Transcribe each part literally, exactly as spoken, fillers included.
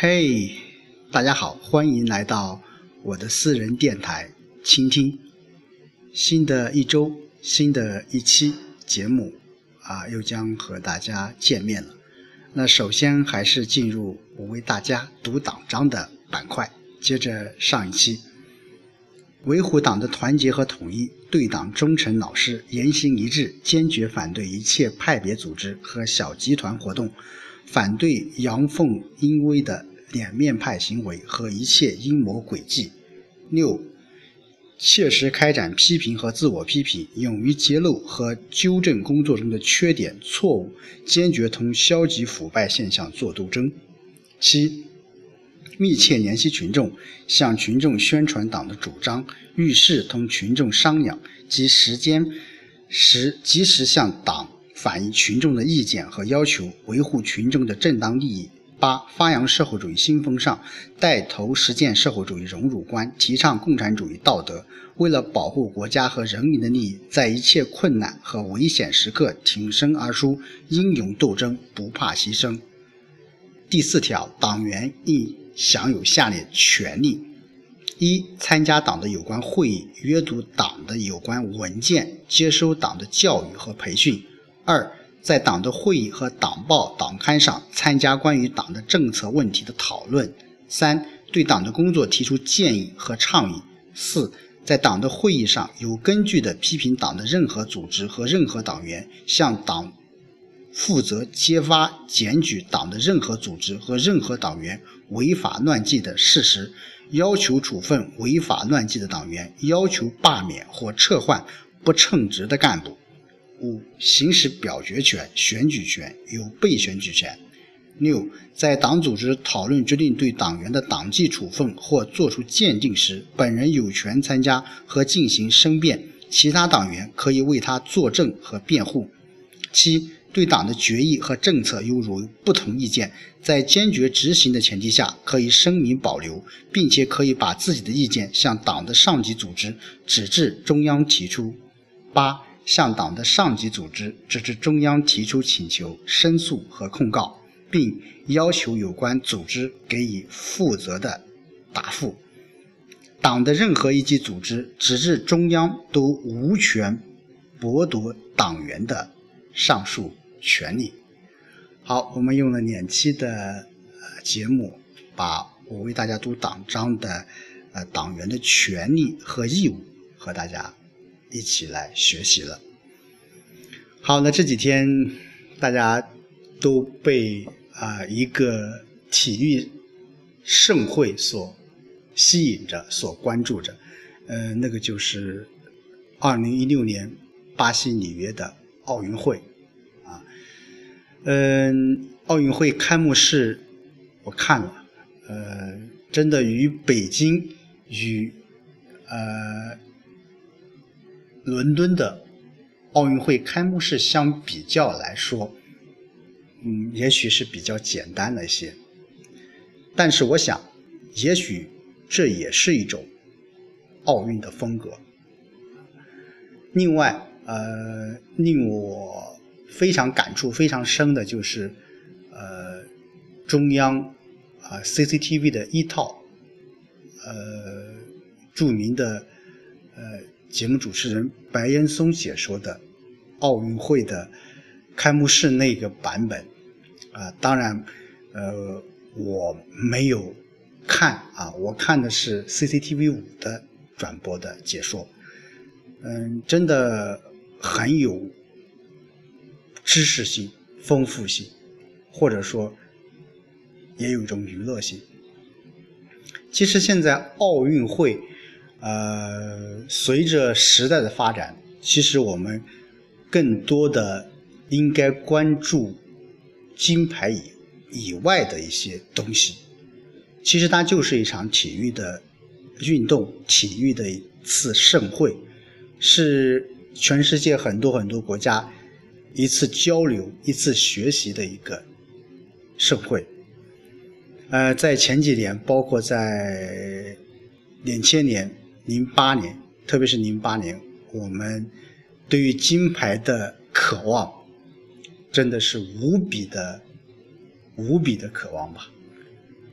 嘿，大家好，欢迎来到我的私人电台倾听。新的一周，新的一期节目啊，又将和大家见面了。那首先还是进入我为大家读党章的板块，接着上一期，维护党的团结和统一，对党忠诚老实，言行一致，坚决反对一切派别组织和小集团活动，反对阳奉阴违的脸面派行为和一切阴谋诡计。六、切实开展批评和自我批评，勇于揭露和纠正工作中的缺点错误，坚决同消极腐败现象作斗争。七、密切联系群众，向群众宣传党的主张，遇事同群众商量，及时间时及时向党反映群众的意见和要求，维护群众的正当利益。八、发扬社会主义新风尚，带头实践社会主义荣辱观，提倡共产主义道德，为了保护国家和人民的利益，在一切困难和危险时刻挺身而出，英勇斗争，不怕牺牲。第四条，党员应享有下列权利：一、参加党的有关会议，阅读党的有关文件，接收党的教育和培训；二、在党的会议和党报、党刊上参加关于党的政策问题的讨论；三、对党的工作提出建议和倡议；四、在党的会议上有根据地批评党的任何组织和任何党员，向党负责揭发检举党的任何组织和任何党员违法乱纪的事实，要求处分违法乱纪的党员，要求罢免或撤换不称职的干部。五、行使表决权、选举权，有被选举权。六、在党组织讨论决定对党员的党纪处分或作出鉴定时，本人有权参加和进行申辩，其他党员可以为他作证和辩护。七、对党的决议和政策有如不同意见，在坚决执行的前提下，可以声明保留，并且可以把自己的意见向党的上级组织直至中央提出。八、向党的上级组织直至中央提出请求、申诉和控告，并要求有关组织给予负责的答复。党的任何一级组织直至中央都无权剥夺党员的上述权利。好，我们用了两期的、呃、节目，把我为大家读党章的、呃、党员的权利和义务和大家一起来学习了。好，那这几天大家都被啊、呃、一个体育盛会所吸引着，所关注着，呃，那个就是二零一六年巴西里约的奥运会啊。嗯，奥运会开幕式我看了，呃，真的与北京与呃伦敦的奥运会开幕式相比较来说，嗯，也许是比较简单了一些，但是我想也许这也是一种奥运的风格。另外呃，令我非常感触非常深的就是呃，中央啊、呃、C C T V 的一套呃著名的呃节目主持人白岩松解说的奥运会的开幕式那个版本啊、呃，当然呃我没有看啊，我看的是 C C T V 五 的转播的解说，嗯，真的很有知识性、丰富性，或者说也有一种娱乐性。其实现在奥运会呃，随着时代的发展，其实我们更多的应该关注金牌以以外的一些东西。其实它就是一场体育的运动，体育的一次盛会，是全世界很多很多国家一次交流、一次学习的一个盛会。呃，在前几年，包括在两千年、零八年，特别是零八年，我们对于金牌的渴望真的是无比的无比的渴望吧。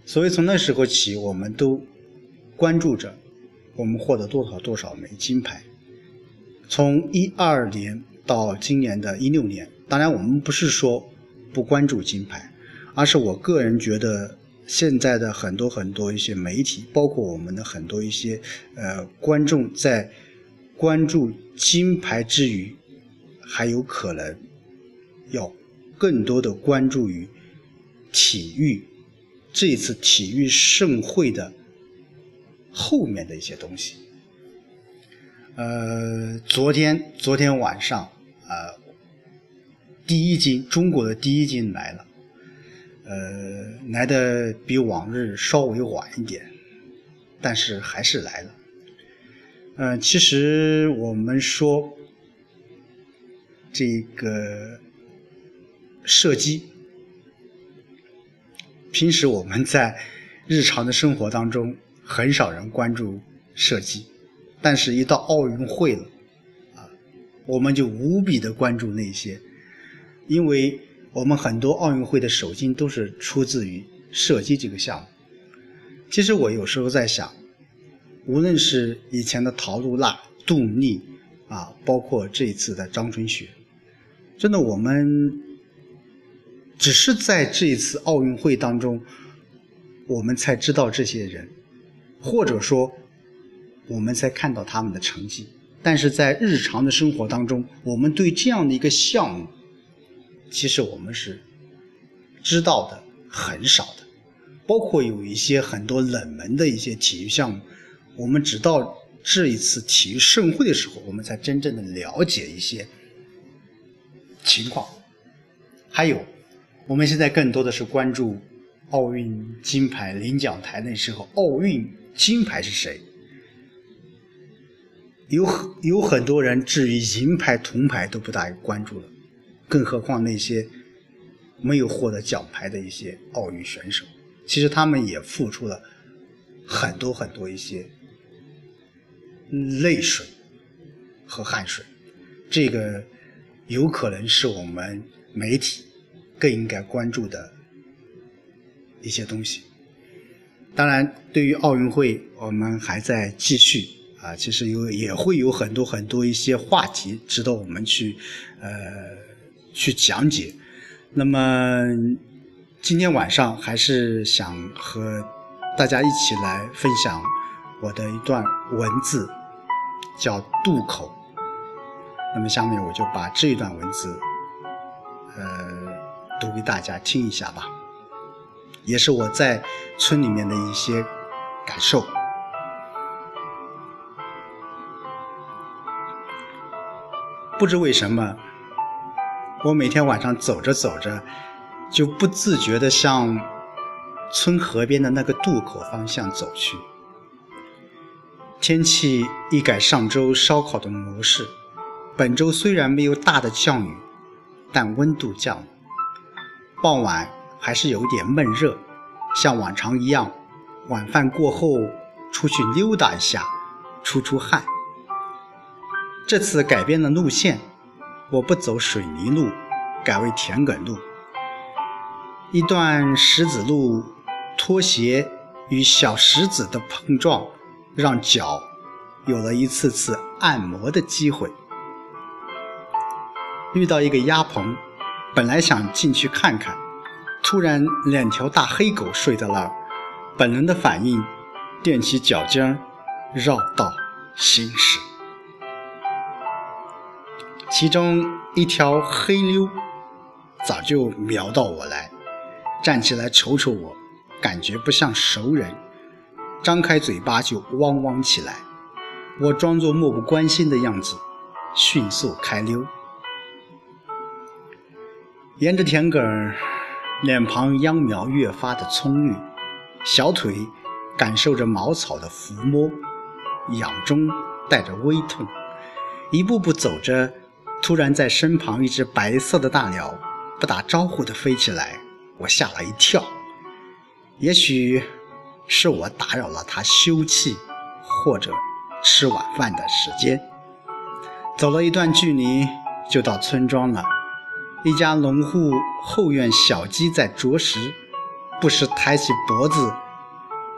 所以从那时候起，我们都关注着我们获得多少多少枚金牌。从一二年到今年的一六年，当然我们不是说不关注金牌，而是我个人觉得现在的很多很多一些媒体，包括我们的很多一些呃观众，在关注金牌之余，还有可能要更多的关注于体育这一次体育盛会的后面的一些东西。呃，昨天昨天晚上，呃，第一金中国的第一金来了，呃，来的比往日稍微晚一点，但是还是来了。嗯、呃，其实我们说这个射击，平时我们在日常的生活当中很少人关注射击，但是一到奥运会了啊，我们就无比的关注那些，因为我们很多奥运会的首金都是出自于射击这个项目。其实我有时候在想，无论是以前的陶露娜、杜丽啊，包括这一次的张春雪，真的我们只是在这一次奥运会当中，我们才知道这些人，或者说我们才看到他们的成绩。但是在日常的生活当中，我们对这样的一个项目，其实我们是知道的很少的。包括有一些很多冷门的一些体育项目，我们直到这一次体育盛会的时候，我们才真正的了解一些情况。还有我们现在更多的是关注奥运金牌领奖台，那时候奥运金牌是谁，有有很多人至于银牌铜牌都不大关注了，更何况那些没有获得奖牌的一些奥运选手，其实他们也付出了很多很多一些泪水和汗水，这个有可能是我们媒体更应该关注的一些东西。当然对于奥运会我们还在继续啊，其实有也会有很多很多一些话题值得我们去呃去讲解。那么今天晚上还是想和大家一起来分享我的一段文字，叫渡口。那么下面我就把这一段文字呃读给大家听一下吧，也是我在村里面的一些感受。不知为什么，我每天晚上走着走着，就不自觉地向村河边的那个渡口方向走去。天气一改上周烧烤的模式，本周虽然没有大的降雨，但温度降了。傍晚还是有点闷热，像往常一样，晚饭过后出去溜达一下，出出汗。这次改变了路线，我不走水泥路，改为田埂路。一段石子路，拖鞋与小石子的碰撞，让脚有了一次次按摩的机会。遇到一个鸭棚，本来想进去看看，突然两条大黑狗睡在那儿，本能的反应踮起脚尖绕道行驶。其中一条黑溜早就瞄到我来，站起来瞅瞅我，感觉不像熟人，张开嘴巴就汪汪起来。我装作漠不关心的样子，迅速开溜。沿着田埂，脸庞秧苗越发的葱绿，小腿感受着茅草的抚摸，痒中带着微痛。一步步走着，突然在身旁一只白色的大鸟不打招呼地飞起来，我吓了一跳。也许是我打扰了它休憩或者吃晚饭的时间。走了一段距离就到村庄了，一家农户后院小鸡在啄食，不时抬起脖子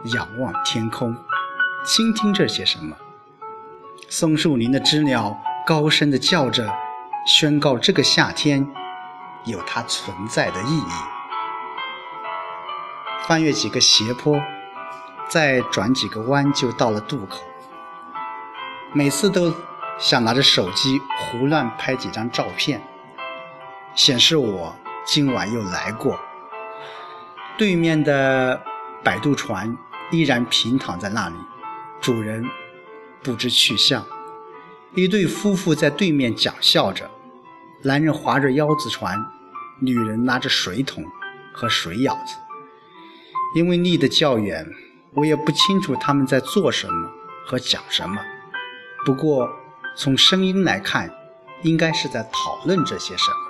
仰望天空，倾听这些什么。松树林的知了高声地叫着，宣告这个夏天有它存在的意义。翻越几个斜坡，再转几个弯就到了渡口。每次都想拿着手机胡乱拍几张照片，显示我今晚又来过。对面的摆渡船依然平躺在那里，主人不知去向。一对夫妇在对面讲笑着，男人划着腰子船，女人拿着水桶和水舀子。因为离得较远，我也不清楚他们在做什么和讲什么，不过从声音来看，应该是在讨论这些什么。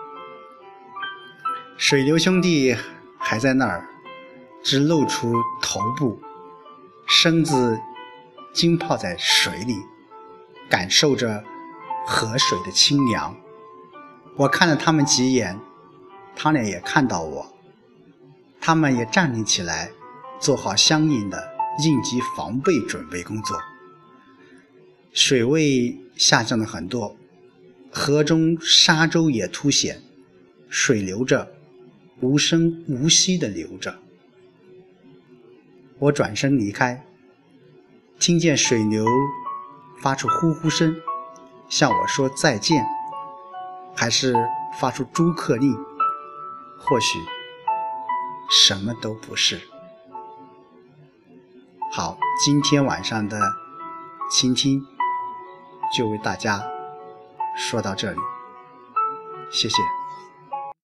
水流兄弟还在那儿，只露出头部，身子浸泡在水里，感受着河水的清凉。我看了他们几眼，他俩也看到我，他们也站立起来，做好相应的应急防备准备工作。水位下降了很多，河中沙洲也凸显，水流着，无声无息地流着。我转身离开，听见水流发出呼呼声，向我说再见，还是发出朱克令，或许什么都不是。好，今天晚上的倾听就为大家说到这里，谢谢。